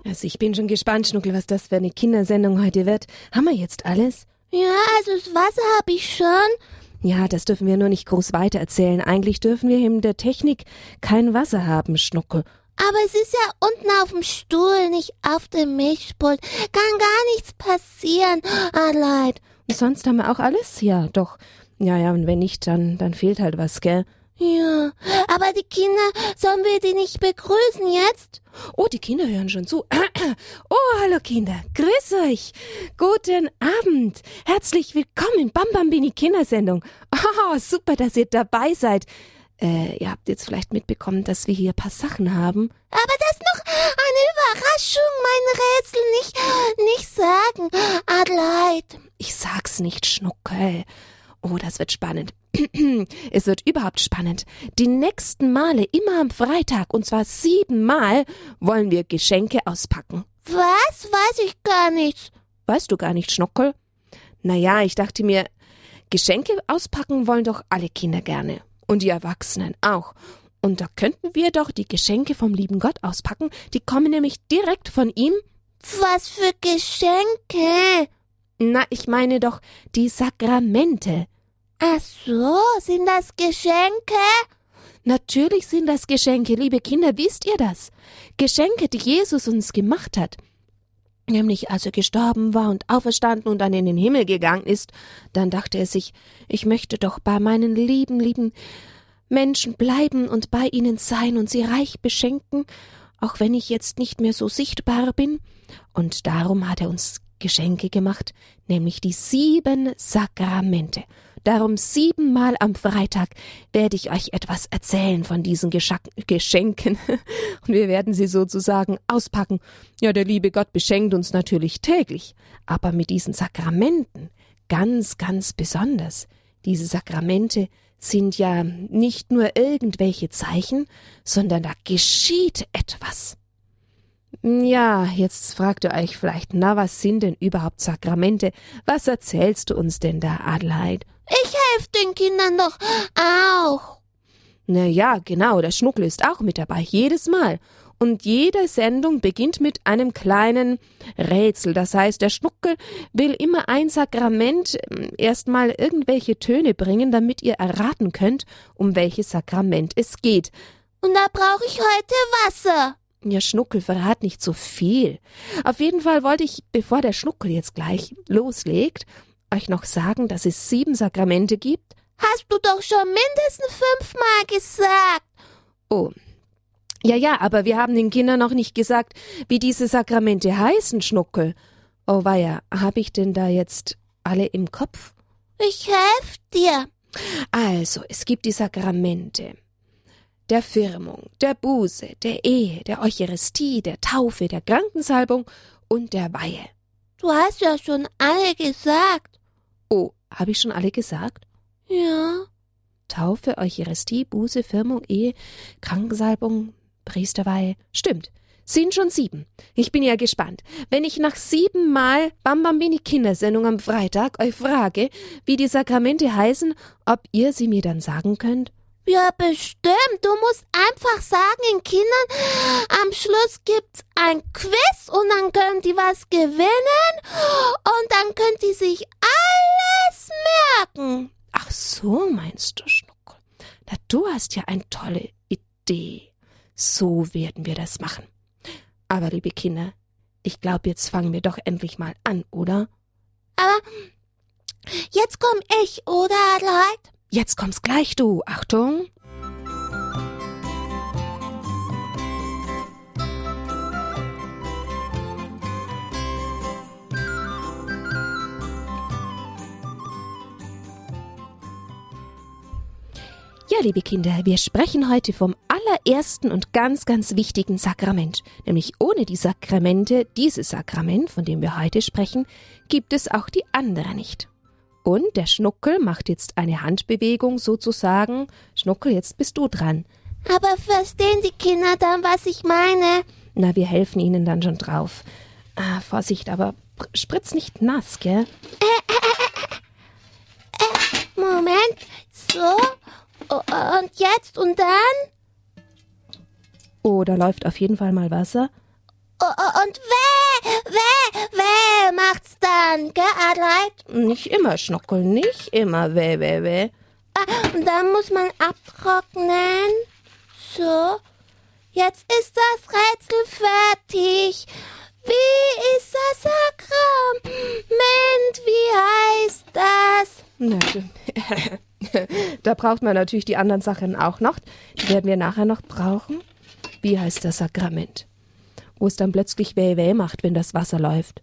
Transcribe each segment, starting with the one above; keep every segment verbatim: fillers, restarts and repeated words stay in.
Also ich bin schon gespannt, Schnuckel, was das für eine Kindersendung heute wird. Haben wir jetzt alles? Ja, also das Wasser habe ich schon. Ja, das dürfen wir nur nicht groß weitererzählen. Eigentlich dürfen wir in der Technik kein Wasser haben, Schnuckel. Aber es ist ja unten auf dem Stuhl, nicht auf dem Mischpult. Kann gar nichts passieren, Adelheid. Und sonst haben wir auch alles? Ja, doch. Ja, ja, und wenn nicht, dann, dann fehlt halt was, gell? Ja, aber die Kinder, sollen wir die nicht begrüßen jetzt? Oh, die Kinder hören schon zu. Oh, hallo Kinder, grüß euch. Guten Abend. Herzlich willkommen, Bambambini Kindersendung. Oh, super, dass ihr dabei seid. Äh, ihr habt jetzt vielleicht mitbekommen, dass wir hier ein paar Sachen haben. Aber das ist noch eine Überraschung, mein Rätsel nicht, nicht sagen, Adelheid. Ich sag's nicht, Schnuckel. Oh, das wird spannend. Es wird überhaupt spannend. Die nächsten Male, immer am Freitag, und zwar siebenmal, wollen wir Geschenke auspacken. Was? Weiß ich gar nicht. Weißt du gar nicht, Schnuckel? Naja, ich dachte mir, Geschenke auspacken wollen doch alle Kinder gerne. Und die Erwachsenen auch. Und da könnten wir doch die Geschenke vom lieben Gott auspacken. Die kommen nämlich direkt von ihm. Was für Geschenke? Na, ich meine doch die Sakramente. Ach so, sind das Geschenke? Natürlich sind das Geschenke, liebe Kinder, wisst ihr das? Geschenke, die Jesus uns gemacht hat. Nämlich als er gestorben war und auferstanden und dann in den Himmel gegangen ist, dann dachte er sich, ich möchte doch bei meinen lieben, lieben Menschen bleiben und bei ihnen sein und sie reich beschenken, auch wenn ich jetzt nicht mehr so sichtbar bin. Und darum hat er uns Geschenke gemacht, nämlich die sieben Sakramente. Darum siebenmal am Freitag werde ich euch etwas erzählen von diesen Geschack- Geschenken. Und wir werden sie sozusagen auspacken. Ja, der liebe Gott beschenkt uns natürlich täglich, aber mit diesen Sakramenten ganz, ganz besonders. Diese Sakramente sind ja nicht nur irgendwelche Zeichen, sondern da geschieht etwas. Ja, jetzt fragt ihr euch vielleicht, na, was sind denn überhaupt Sakramente? Was erzählst du uns denn da, Adelheid? Ich helfe den Kindern doch auch. Na ja, genau, der Schnuckel ist auch mit dabei, jedes Mal. Und jede Sendung beginnt mit einem kleinen Rätsel. Das heißt, der Schnuckel will immer ein Sakrament erstmal irgendwelche Töne bringen, damit ihr erraten könnt, um welches Sakrament es geht. Und da brauche ich heute Wasser. Ja, Schnuckel, verrat nicht so viel. Auf jeden Fall wollte ich, bevor der Schnuckel jetzt gleich loslegt, euch noch sagen, dass es sieben Sakramente gibt. Hast du doch schon mindestens fünfmal gesagt. Oh, ja, ja, aber wir haben den Kindern noch nicht gesagt, wie diese Sakramente heißen, Schnuckel. Oh weia, hab ich denn da jetzt alle im Kopf? Ich helfe dir. Also, es gibt die Sakramente der Firmung, der Buße, der Ehe, der Eucharistie, der Taufe, der Krankensalbung und der Weihe. Du hast ja schon alle gesagt. Oh, habe ich schon alle gesagt? Ja. Taufe, Eucharistie, Buße, Firmung, Ehe, Krankensalbung, Priesterweihe. Stimmt, sind schon sieben. Ich bin ja gespannt. Wenn ich nach siebenmal Bambambini Kindersendung am Freitag euch frage, wie die Sakramente heißen, ob ihr sie mir dann sagen könnt? Ja, bestimmt. Du musst einfach sagen den Kindern, am Schluss gibt's ein Quiz und dann können die was gewinnen und dann können die sich alles merken. Ach so, meinst du, Schnuckel? Na, du hast ja eine tolle Idee. So werden wir das machen. Aber, liebe Kinder, ich glaube, jetzt fangen wir doch endlich mal an, oder? Aber jetzt komm ich, oder, Adelheid? Jetzt kommst gleich du. Achtung. Ja, liebe Kinder, wir sprechen heute vom allerersten und ganz, ganz wichtigen Sakrament. Nämlich ohne die Sakramente, dieses Sakrament, von dem wir heute sprechen, gibt es auch die anderen nicht. Und der Schnuckel macht jetzt eine Handbewegung sozusagen. Schnuckel, jetzt bist du dran. Aber verstehen die Kinder dann, was ich meine? Na, wir helfen ihnen dann schon drauf. Ah, Vorsicht, aber spritz nicht nass, gell? Äh, äh, äh, äh, Moment, so. Und jetzt und dann? Oh, da läuft auf jeden Fall mal Wasser. Und weh, weh, weh macht's dann, gell, Adelheid? Nicht immer, Schnuckel, nicht immer weh, weh, weh. Und dann muss man abtrocknen. So, jetzt ist das Rätsel fertig. Wie ist das Sakrament? Wie heißt das? Na, da braucht man natürlich die anderen Sachen auch noch. Die werden wir nachher noch brauchen. Wie heißt das Sakrament? Wo es dann plötzlich weh, weh macht, wenn das Wasser läuft.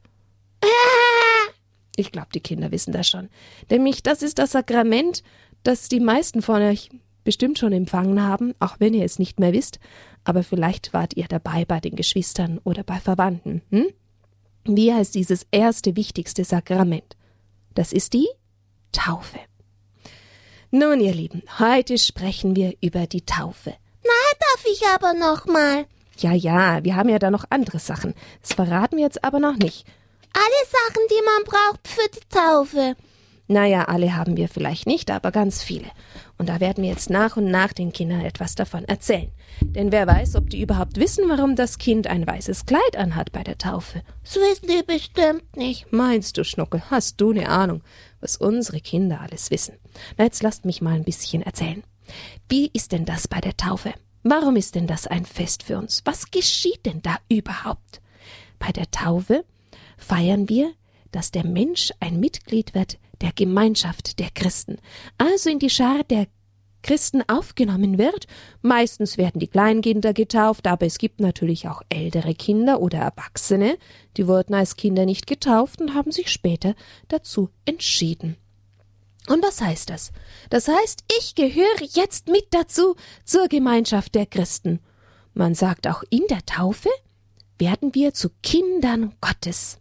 Ich glaube, die Kinder wissen das schon. Nämlich, das ist das Sakrament, das die meisten von euch bestimmt schon empfangen haben, auch wenn ihr es nicht mehr wisst. Aber vielleicht wart ihr dabei bei den Geschwistern oder bei Verwandten. Hm? Wie heißt dieses erste, wichtigste Sakrament? Das ist die Taufe. Nun, ihr Lieben, heute sprechen wir über die Taufe. Na, darf ich aber noch mal? Ja, ja, wir haben ja da noch andere Sachen. Das verraten wir jetzt aber noch nicht. Alle Sachen, die man braucht für die Taufe. Naja, alle haben wir vielleicht nicht, aber ganz viele. Und da werden wir jetzt nach und nach den Kindern etwas davon erzählen. Denn wer weiß, ob die überhaupt wissen, warum das Kind ein weißes Kleid anhat bei der Taufe. Das wissen die bestimmt nicht. Meinst du, Schnuckel, hast du eine Ahnung, was unsere Kinder alles wissen? Na, jetzt lasst mich mal ein bisschen erzählen. Wie ist denn das bei der Taufe? Warum ist denn das ein Fest für uns? Was geschieht denn da überhaupt? Bei der Taufe feiern wir, dass der Mensch ein Mitglied wird der Gemeinschaft der Christen, also in die Schar der Christen aufgenommen wird. Meistens werden die Kleinkinder getauft, aber es gibt natürlich auch ältere Kinder oder Erwachsene, die wurden als Kinder nicht getauft und haben sich später dazu entschieden. Und was heißt das? Das heißt, ich gehöre jetzt mit dazu zur Gemeinschaft der Christen. Man sagt auch, in der Taufe werden wir zu Kindern Gottes.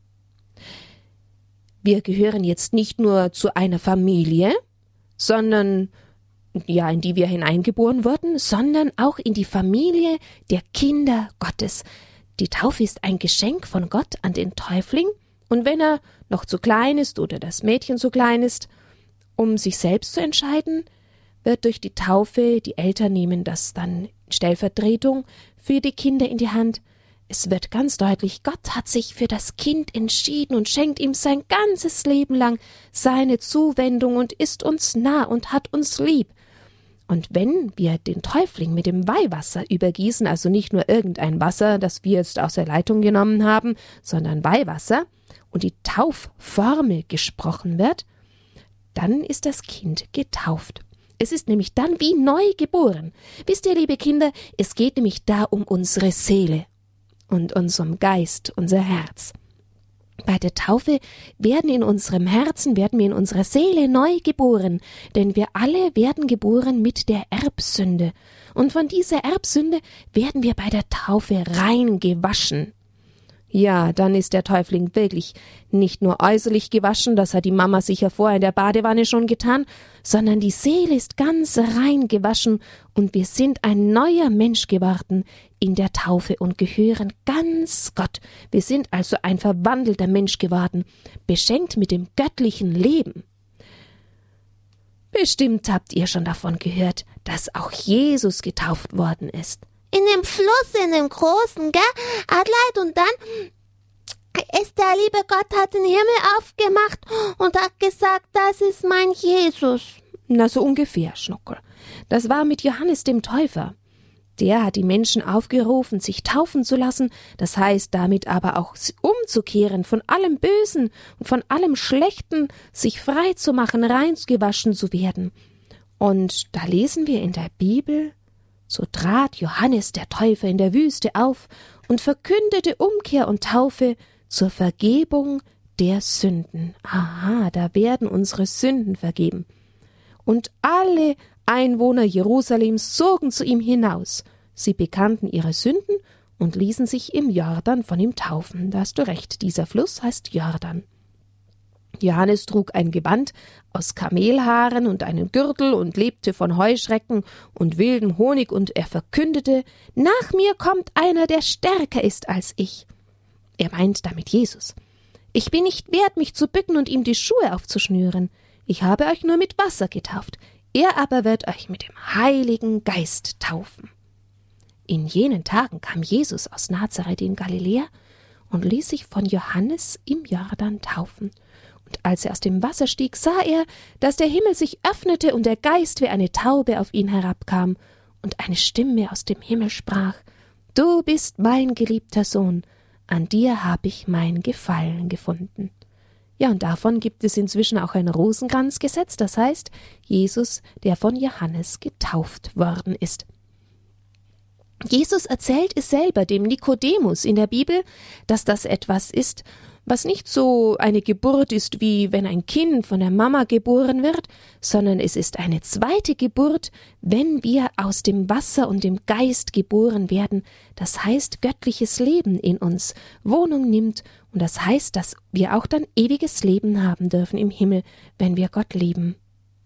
Wir gehören jetzt nicht nur zu einer Familie, sondern, ja, in die wir hineingeboren wurden, sondern auch in die Familie der Kinder Gottes. Die Taufe ist ein Geschenk von Gott an den Täufling, und wenn er noch zu klein ist oder das Mädchen zu klein ist, um sich selbst zu entscheiden, wird durch die Taufe, die Eltern nehmen das dann in Stellvertretung für die Kinder in die Hand. Es wird ganz deutlich, Gott hat sich für das Kind entschieden und schenkt ihm sein ganzes Leben lang seine Zuwendung und ist uns nah und hat uns lieb. Und wenn wir den Täufling mit dem Weihwasser übergießen, also nicht nur irgendein Wasser, das wir jetzt aus der Leitung genommen haben, sondern Weihwasser, und die Taufformel gesprochen wird, dann ist das Kind getauft. Es ist nämlich dann wie neu geboren. Wisst ihr, liebe Kinder, es geht nämlich da um unsere Seele und unserem Geist, unser Herz. Bei der Taufe werden in unserem Herzen, werden wir in unserer Seele neu geboren, denn wir alle werden geboren mit der Erbsünde. Und von dieser Erbsünde werden wir bei der Taufe rein gewaschen. Ja, dann ist der Täufling wirklich nicht nur äußerlich gewaschen, das hat die Mama sicher vorher in der Badewanne schon getan, sondern die Seele ist ganz rein gewaschen und wir sind ein neuer Mensch geworden in der Taufe und gehören ganz Gott. Wir sind also ein verwandelter Mensch geworden, beschenkt mit dem göttlichen Leben. Bestimmt habt ihr schon davon gehört, dass auch Jesus getauft worden ist. In dem Fluss, in dem Großen, gell, Adelheid, und dann ist der liebe Gott, hat den Himmel aufgemacht und hat gesagt, das ist mein Jesus. Na, so ungefähr, Schnuckel. Das war mit Johannes dem Täufer. Der hat die Menschen aufgerufen, sich taufen zu lassen, das heißt damit aber auch umzukehren von allem Bösen und von allem Schlechten, sich frei zu machen, reingewaschen zu werden. Und da lesen wir in der Bibel: So trat Johannes der Täufer in der Wüste auf und verkündete Umkehr und Taufe zur Vergebung der Sünden. Aha, da werden unsere Sünden vergeben. Und alle Einwohner Jerusalems zogen zu ihm hinaus. Sie bekannten ihre Sünden und ließen sich im Jordan von ihm taufen. Da hast du recht, dieser Fluss heißt Jordan. Johannes trug ein Gewand aus Kamelhaaren und einen Gürtel und lebte von Heuschrecken und wildem Honig, und er verkündete: Nach mir kommt einer, der stärker ist als ich. Er meint damit Jesus. Ich bin nicht wert, mich zu bücken und ihm die Schuhe aufzuschnüren. Ich habe euch nur mit Wasser getauft. Er aber wird euch mit dem Heiligen Geist taufen. In jenen Tagen kam Jesus aus Nazareth in Galiläa und ließ sich von Johannes im Jordan taufen. Und als er aus dem Wasser stieg, sah er, dass der Himmel sich öffnete und der Geist wie eine Taube auf ihn herabkam. Und eine Stimme aus dem Himmel sprach: »Du bist mein geliebter Sohn, an dir habe ich mein Gefallen gefunden.« Ja, und davon gibt es inzwischen auch ein Rosenkranzgesetz, das heißt, Jesus, der von Johannes getauft worden ist. Jesus erzählt es selber dem Nikodemus in der Bibel, dass das etwas ist, was nicht so eine Geburt ist, wie wenn ein Kind von der Mama geboren wird, sondern es ist eine zweite Geburt, wenn wir aus dem Wasser und dem Geist geboren werden. Das heißt, göttliches Leben in uns Wohnung nimmt, und das heißt, dass wir auch dann ewiges Leben haben dürfen im Himmel, wenn wir Gott lieben.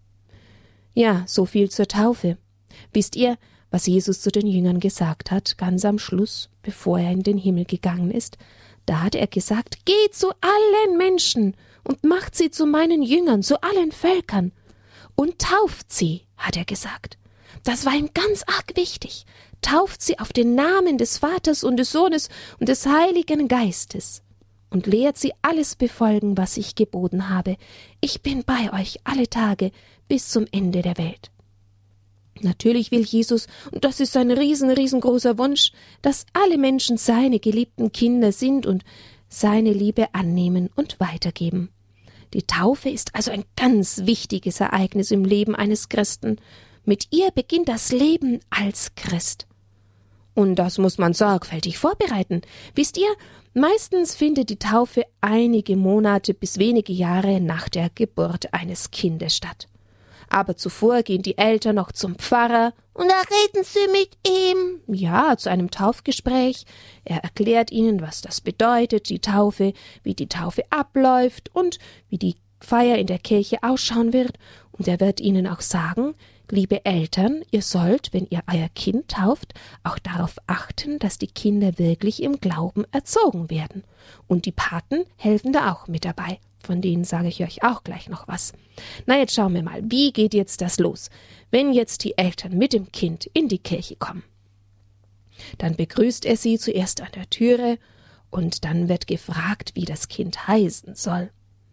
Ja, so viel zur Taufe. Wisst ihr, was Jesus zu den Jüngern gesagt hat, ganz am Schluss, bevor er in den Himmel gegangen ist? Da hat er gesagt: »Geht zu allen Menschen und macht sie zu meinen Jüngern, zu allen Völkern. Und tauft sie«, hat er gesagt. Das war ihm ganz arg wichtig. Tauft sie auf den Namen des Vaters und des Sohnes und des Heiligen Geistes. Und lehrt sie alles befolgen, was ich geboten habe. Ich bin bei euch alle Tage bis zum Ende der Welt.« Natürlich will Jesus, und das ist sein riesen, riesengroßer Wunsch, dass alle Menschen seine geliebten Kinder sind und seine Liebe annehmen und weitergeben. Die Taufe ist also ein ganz wichtiges Ereignis im Leben eines Christen. Mit ihr beginnt das Leben als Christ. Und das muss man sorgfältig vorbereiten. Wisst ihr, meistens findet die Taufe einige Monate bis wenige Jahre nach der Geburt eines Kindes statt. Aber zuvor gehen die Eltern noch zum Pfarrer. Und da reden sie mit ihm. Ja, zu einem Taufgespräch. Er erklärt ihnen, was das bedeutet, die Taufe, wie die Taufe abläuft und wie die Feier in der Kirche ausschauen wird. Und er wird ihnen auch sagen: Liebe Eltern, ihr sollt, wenn ihr euer Kind tauft, auch darauf achten, dass die Kinder wirklich im Glauben erzogen werden. Und die Paten helfen da auch mit dabei. Von denen sage ich euch auch gleich noch was. Na, jetzt schauen wir mal, wie geht jetzt das los, wenn jetzt die Eltern mit dem Kind in die Kirche kommen. Dann begrüßt er sie zuerst an der Türe und dann wird gefragt, wie das Kind heißen soll.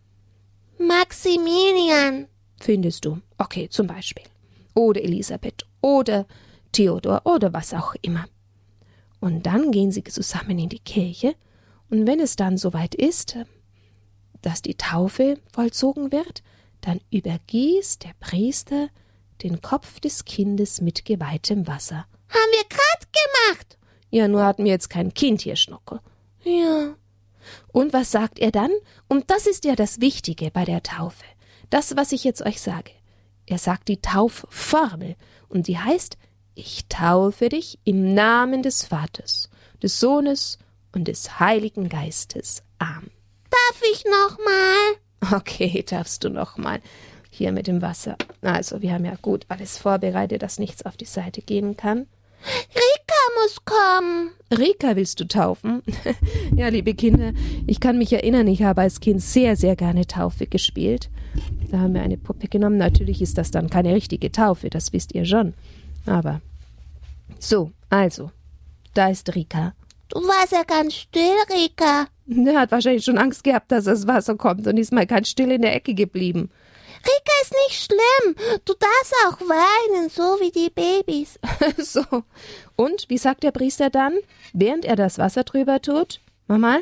Maximilian. Findest du? Okay, zum Beispiel. Oder Elisabeth oder Theodor oder was auch immer. Und dann gehen sie zusammen in die Kirche, und wenn es dann soweit ist, dass die Taufe vollzogen wird, dann übergießt der Priester den Kopf des Kindes mit geweihtem Wasser. Haben wir grad gemacht. Ja, nur hatten wir jetzt kein Kind hier, Schnuckel. Ja. Und was sagt er dann? Und das ist ja das Wichtige bei der Taufe. Das, was ich jetzt euch sage. Er sagt die Taufformel, und die heißt: Ich taufe dich im Namen des Vaters, des Sohnes und des Heiligen Geistes. Amen. Darf ich noch mal? Okay, darfst du noch mal. Hier mit dem Wasser. Also, wir haben ja gut alles vorbereitet, dass nichts auf die Seite gehen kann. Rika muss kommen. Rika willst du taufen? Ja, liebe Kinder, ich kann mich erinnern, ich habe als Kind sehr, sehr gerne Taufe gespielt. Da haben wir eine Puppe genommen. Natürlich ist das dann keine richtige Taufe, das wisst ihr schon. Aber so, also, da ist Rika. Du warst ja ganz still, Rika. Er hat wahrscheinlich schon Angst gehabt, dass das Wasser kommt, und ist mal ganz still in der Ecke geblieben. Rika ist nicht schlimm. Du darfst auch weinen, so wie die Babys. So. Und, wie sagt der Priester dann, während er das Wasser drüber tut? Mach mal.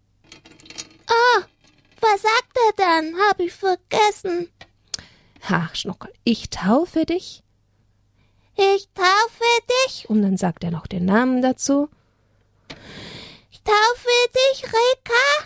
Ah, was sagt er dann? Hab ich vergessen. Ach, Schnuckel, ich taufe dich. Ich taufe dich. Und dann sagt er noch den Namen dazu. Ich taufe dich, Rika.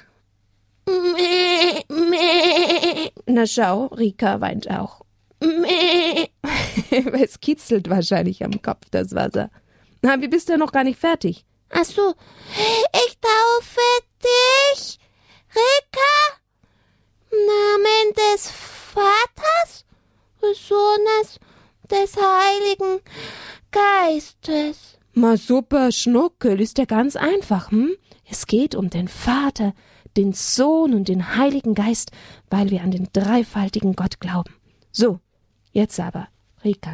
Meh, meh. Na schau, Rika weint auch. Meh. Es kitzelt wahrscheinlich am Kopf, das Wasser. Na, wie bist du ja noch gar nicht fertig? Ach so. Ich taufe dich, Rika, im Namen des Vaters, des Sohnes, des Heiligen Geistes. Ma super, Schnuckel, ist ja ganz einfach, hm? Es geht um den Vater, den Sohn und den Heiligen Geist, weil wir an den dreifaltigen Gott glauben. So, jetzt aber, Rika,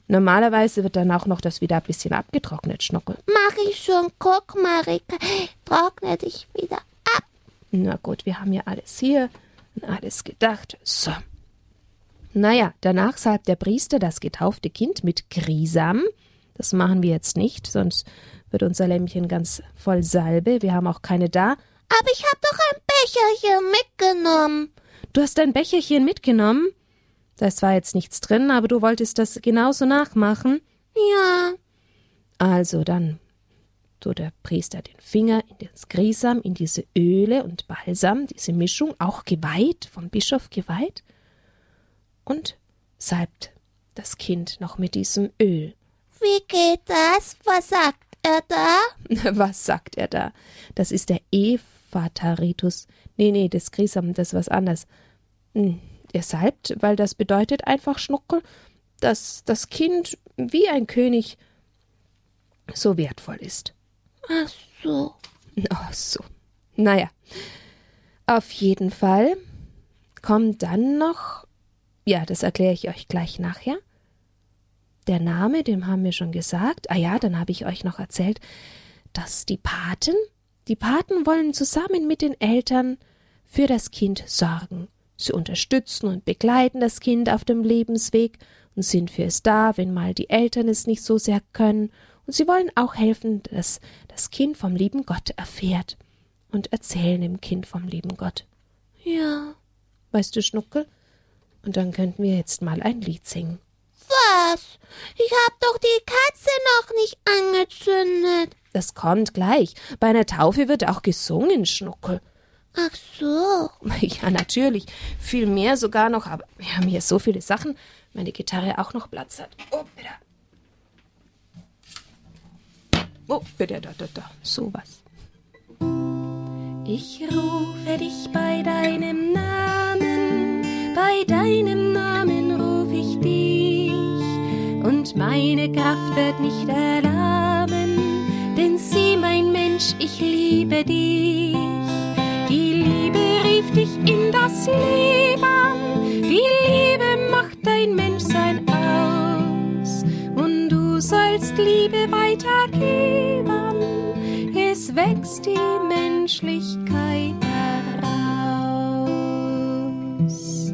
Normalerweise wird dann auch noch das wieder ein bisschen abgetrocknet, Schnuckel. Mach ich schon. Guck, Marika, trockne dich wieder ab. Na gut, wir haben ja alles hier und alles gedacht. So. Naja, danach salbt der Priester das getaufte Kind mit Grisam. Das machen wir jetzt nicht, sonst wird unser Lämmchen ganz voll Salbe. Wir haben auch keine da. Aber ich habe doch ein Becherchen mitgenommen. Du hast dein Becherchen mitgenommen? Da ist zwar jetzt nichts drin, aber du wolltest das genauso nachmachen? Ja. Also dann tut der Priester den Finger in das Grisam, in diese Öle und Balsam, diese Mischung, auch geweiht, vom Bischof geweiht, und salbt das Kind noch mit diesem Öl. Wie geht das? Was sagt er da? Was sagt er da? Das ist der Ephataritus. Nee, nee, das Grisam, das ist was anderes. Er salbt, weil das bedeutet einfach, Schnuckel, dass das Kind wie ein König so wertvoll ist. Ach so. Ach so. Naja, auf jeden Fall kommt dann noch, ja, das erkläre ich euch gleich nachher. Der Name, den haben wir schon gesagt. Ah ja, dann habe ich euch noch erzählt, dass die Paten, die Paten wollen zusammen mit den Eltern für das Kind sorgen. Sie unterstützen und begleiten das Kind auf dem Lebensweg und sind für es da, wenn mal die Eltern es nicht so sehr können. Und sie wollen auch helfen, dass das Kind vom lieben Gott erfährt und erzählen dem Kind vom lieben Gott. Ja. Weißt du, Schnuckel? Und dann könnten wir jetzt mal ein Lied singen. Was? Ich hab doch die Katze noch nicht angezündet. Das kommt gleich. Bei einer Taufe wird auch gesungen, Schnuckel. Ach so. Ja, natürlich. Viel mehr sogar noch, aber wir haben hier so viele Sachen. Meine Gitarre auch noch Platz hat. Oh, bitte. Oh, bitte, da, da, da. Sowas. Ich rufe dich bei deinem Namen, bei deinem Namen ruf ich dich, und meine Kraft wird nicht erlahmen, denn sieh, mein Mensch, ich liebe dich. Die Liebe rief dich in das Leben, die Liebe macht dein Menschsein aus, und du sollst Liebe weitergeben, es wächst die Menschlichkeit heraus.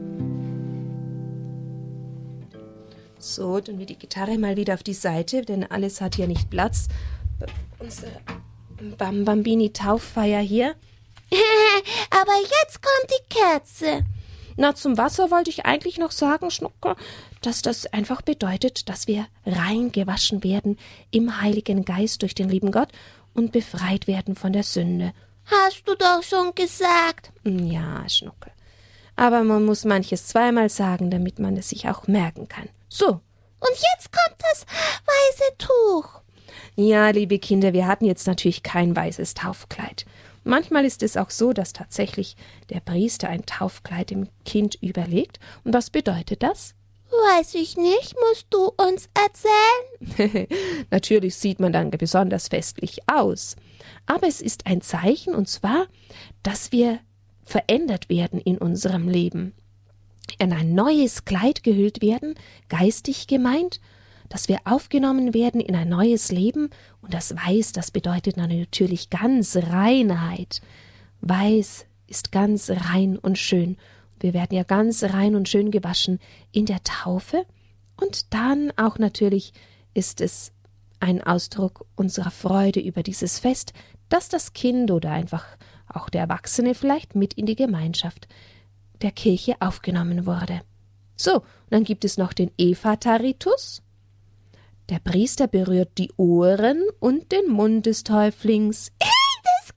So, tun wir die Gitarre mal wieder auf die Seite, denn alles hat hier nicht Platz. Unsere Bambambini-Tauffeier hier. Aber jetzt kommt die Kerze. Na, zum Wasser wollte ich eigentlich noch sagen, Schnuckel, dass das einfach bedeutet, dass wir rein gewaschen werden im Heiligen Geist durch den lieben Gott und befreit werden von der Sünde. Hast du doch schon gesagt. Ja, Schnuckel. Aber man muss manches zweimal sagen, damit man es sich auch merken kann. So. Und jetzt kommt das weiße Tuch. Ja, liebe Kinder, wir hatten jetzt natürlich kein weißes Taufkleid. Manchmal ist es auch so, dass tatsächlich der Priester ein Taufkleid dem Kind überlegt. Und was bedeutet das? Weiß ich nicht, musst du uns erzählen? Natürlich sieht man dann besonders festlich aus. Aber es ist ein Zeichen, und zwar, dass wir verändert werden in unserem Leben. In ein neues Kleid gehüllt werden, geistig gemeint, dass wir aufgenommen werden in ein neues Leben, und das Weiß, das bedeutet natürlich ganz Reinheit. Weiß ist ganz rein und schön. Wir werden ja ganz rein und schön gewaschen in der Taufe, und dann auch natürlich ist es ein Ausdruck unserer Freude über dieses Fest, dass das Kind oder einfach auch der Erwachsene vielleicht mit in die Gemeinschaft der Kirche aufgenommen wurde. So, und dann gibt es noch den Ephataritus. Der Priester berührt die Ohren und den Mund des Täuflings. Das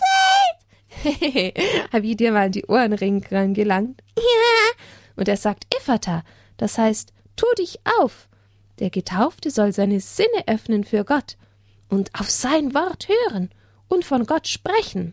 kitzelt! Hab ich dir mal die Ohrenringe rangelangt? Ja. Und er sagt Ephata, das heißt, tu dich auf. Der Getaufte soll seine Sinne öffnen für Gott und auf sein Wort hören und von Gott sprechen.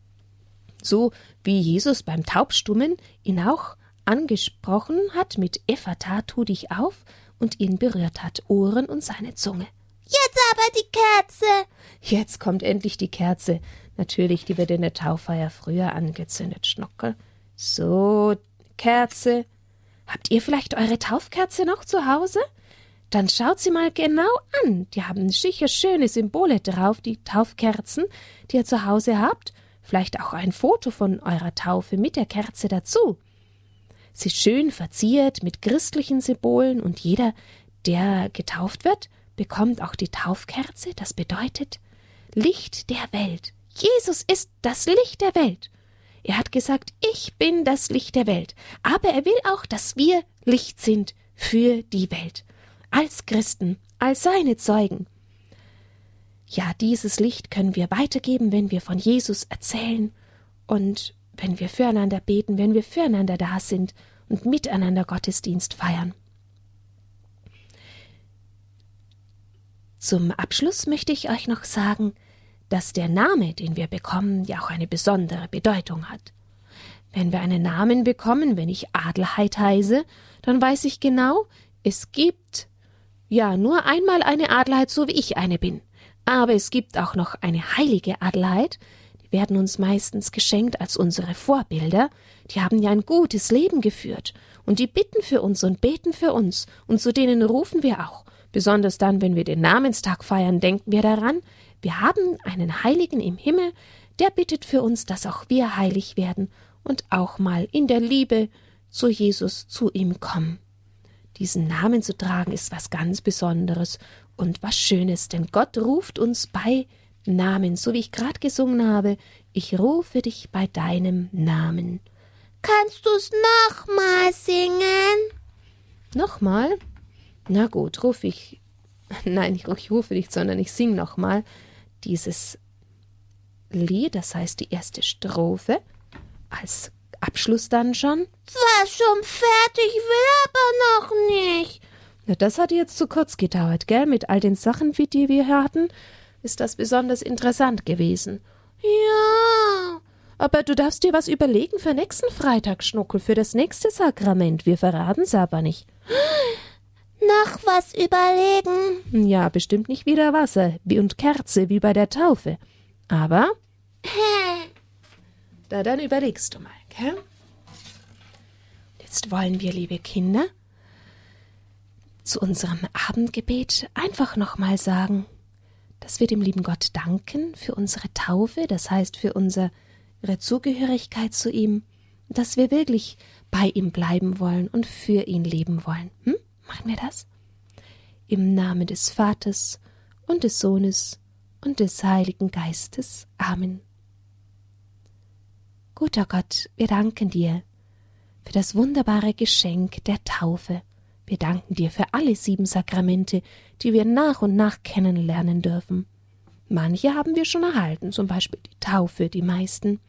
So wie Jesus beim Taubstummen ihn auch angesprochen hat mit Ephata, tu dich auf, und ihn berührt hat, Ohren und seine Zunge. Jetzt aber die Kerze. Jetzt kommt endlich die Kerze. Natürlich, die wird in der Tauffeier früher angezündet, Schnuckel. So, Kerze. Habt ihr vielleicht eure Taufkerze noch zu Hause? dann schaut sie mal genau an. Die haben sicher schöne Symbole drauf, die Taufkerzen, die ihr zu Hause habt. Vielleicht auch ein Foto von eurer Taufe mit der Kerze dazu. Sie ist schön verziert mit christlichen Symbolen und jeder, der getauft wird, bekommt auch die Taufkerze. Das bedeutet Licht der Welt. Jesus ist das Licht der Welt. Er hat gesagt, ich bin das Licht der Welt. Aber er will auch, dass wir Licht sind für die Welt. Als Christen, als seine Zeugen. Ja, dieses Licht können wir weitergeben, wenn wir von Jesus erzählen und wenn wir füreinander beten, wenn wir füreinander da sind und miteinander Gottesdienst feiern. Zum Abschluss möchte ich euch noch sagen, dass der Name, den wir bekommen, ja auch eine besondere Bedeutung hat. Wenn wir einen Namen bekommen, wenn ich Adelheid heiße, dann weiß ich genau, es gibt ja nur einmal eine Adelheid, so wie ich eine bin. Aber es gibt auch noch eine heilige Adelheid, die werden uns meistens geschenkt als unsere Vorbilder. Die haben ja ein gutes Leben geführt und die bitten für uns und beten für uns und zu denen rufen wir auch. Besonders dann, wenn wir den Namenstag feiern, denken wir daran, wir haben einen Heiligen im Himmel, der bittet für uns, dass auch wir heilig werden und auch mal in der Liebe zu Jesus, zu ihm kommen. Diesen Namen zu tragen ist was ganz Besonderes und was Schönes, denn Gott ruft uns bei Namen, so wie ich gerade gesungen habe, ich rufe dich bei deinem Namen. Kannst du's nochmal singen? Nochmal? Na gut, rufe ich, nein, ich rufe nicht, sondern ich singe nochmal dieses Lied, das heißt die erste Strophe, als Abschluss dann schon. War schon fertig, will aber noch nicht. Na, das hat jetzt zu kurz gedauert, gell? Mit all den Sachen, wie die wir hatten, ist das besonders interessant gewesen. Ja. Aber du darfst dir was überlegen für nächsten Freitag, Schnuckel, für das nächste Sakrament. Wir verraten's aber nicht. Noch was überlegen? Ja, bestimmt nicht wieder Wasser und Kerze wie bei der Taufe. Aber da dann überlegst du mal, gell? Jetzt wollen wir, liebe Kinder, zu unserem Abendgebet einfach nochmal sagen, dass wir dem lieben Gott danken für unsere Taufe, das heißt für unsere Zugehörigkeit zu ihm, dass wir wirklich bei ihm bleiben wollen und für ihn leben wollen. Hm? Machen wir das? Im Namen des Vaters und des Sohnes und des Heiligen Geistes. Amen. Guter Gott, wir danken dir für das wunderbare Geschenk der Taufe. Wir danken dir für alle sieben Sakramente, die wir nach und nach kennenlernen dürfen. Manche haben wir schon erhalten, zum Beispiel die Taufe, die meisten.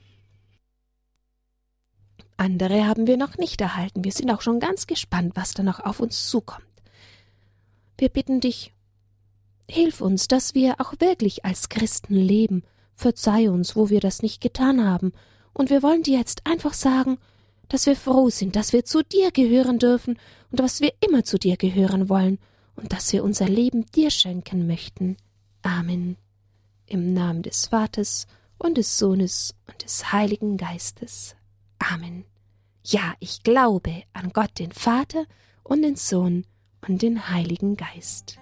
Andere haben wir noch nicht erhalten. Wir sind auch schon ganz gespannt, was da noch auf uns zukommt. Wir bitten dich, hilf uns, dass wir auch wirklich als Christen leben. Verzeih uns, wo wir das nicht getan haben. Und wir wollen dir jetzt einfach sagen, dass wir froh sind, dass wir zu dir gehören dürfen und dass wir immer zu dir gehören wollen und dass wir unser Leben dir schenken möchten. Amen. Im Namen des Vaters und des Sohnes und des Heiligen Geistes. Amen. Ja, ich glaube an Gott, den Vater und den Sohn und den Heiligen Geist.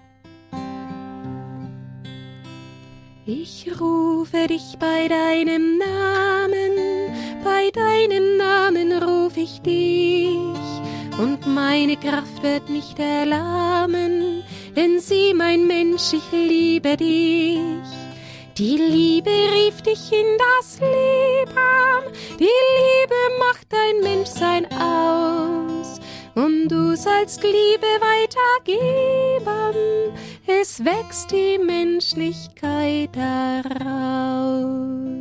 Ich rufe dich bei deinem Namen, bei deinem Namen ruf ich dich, und meine Kraft wird nicht erlahmen, denn sieh, mein Mensch, ich liebe dich. Die Liebe rief dich in das Leben, die Liebe macht dein Menschsein aus, und du sollst Liebe weitergeben, es wächst die Menschlichkeit daraus.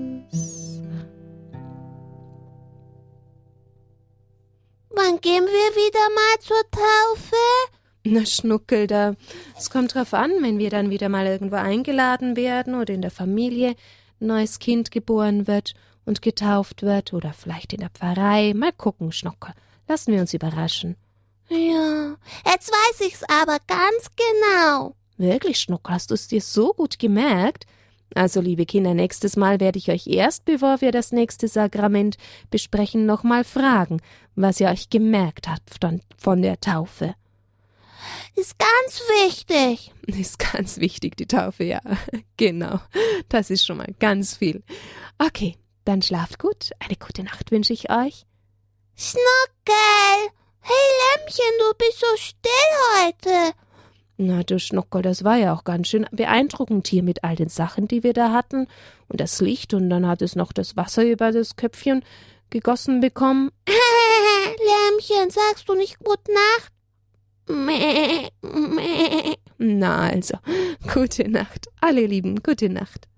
Wann gehen wir wieder mal zur Taufe? Na, Schnuckel, da. Es kommt drauf an, wenn wir dann wieder mal irgendwo eingeladen werden oder in der Familie ein neues Kind geboren wird und getauft wird oder vielleicht in der Pfarrei. Mal gucken, Schnuckel. Lassen wir uns überraschen. Ja, jetzt weiß ich's aber ganz genau. Wirklich, Schnuckel, hast du es dir so gut gemerkt? Also, liebe Kinder, nächstes Mal werde ich euch erst, bevor wir das nächste Sakrament besprechen, nochmal fragen, was ihr euch gemerkt habt von, von der Taufe. Ist ganz wichtig. Ist ganz wichtig, die Taufe, ja. Genau, das ist schon mal ganz viel. Okay, dann schlaft gut. Eine gute Nacht wünsche ich euch. Schnuckel! Hey Lämmchen, du bist so still heute. Na, du Schnuckel, das war ja auch ganz schön beeindruckend hier mit all den Sachen, die wir da hatten. Und das Licht, und dann hat es noch das Wasser über das Köpfchen gegossen bekommen. Lämmchen, sagst du nicht Gute Nacht? Mäh, mäh. Na also, gute Nacht. Alle Lieben, gute Nacht.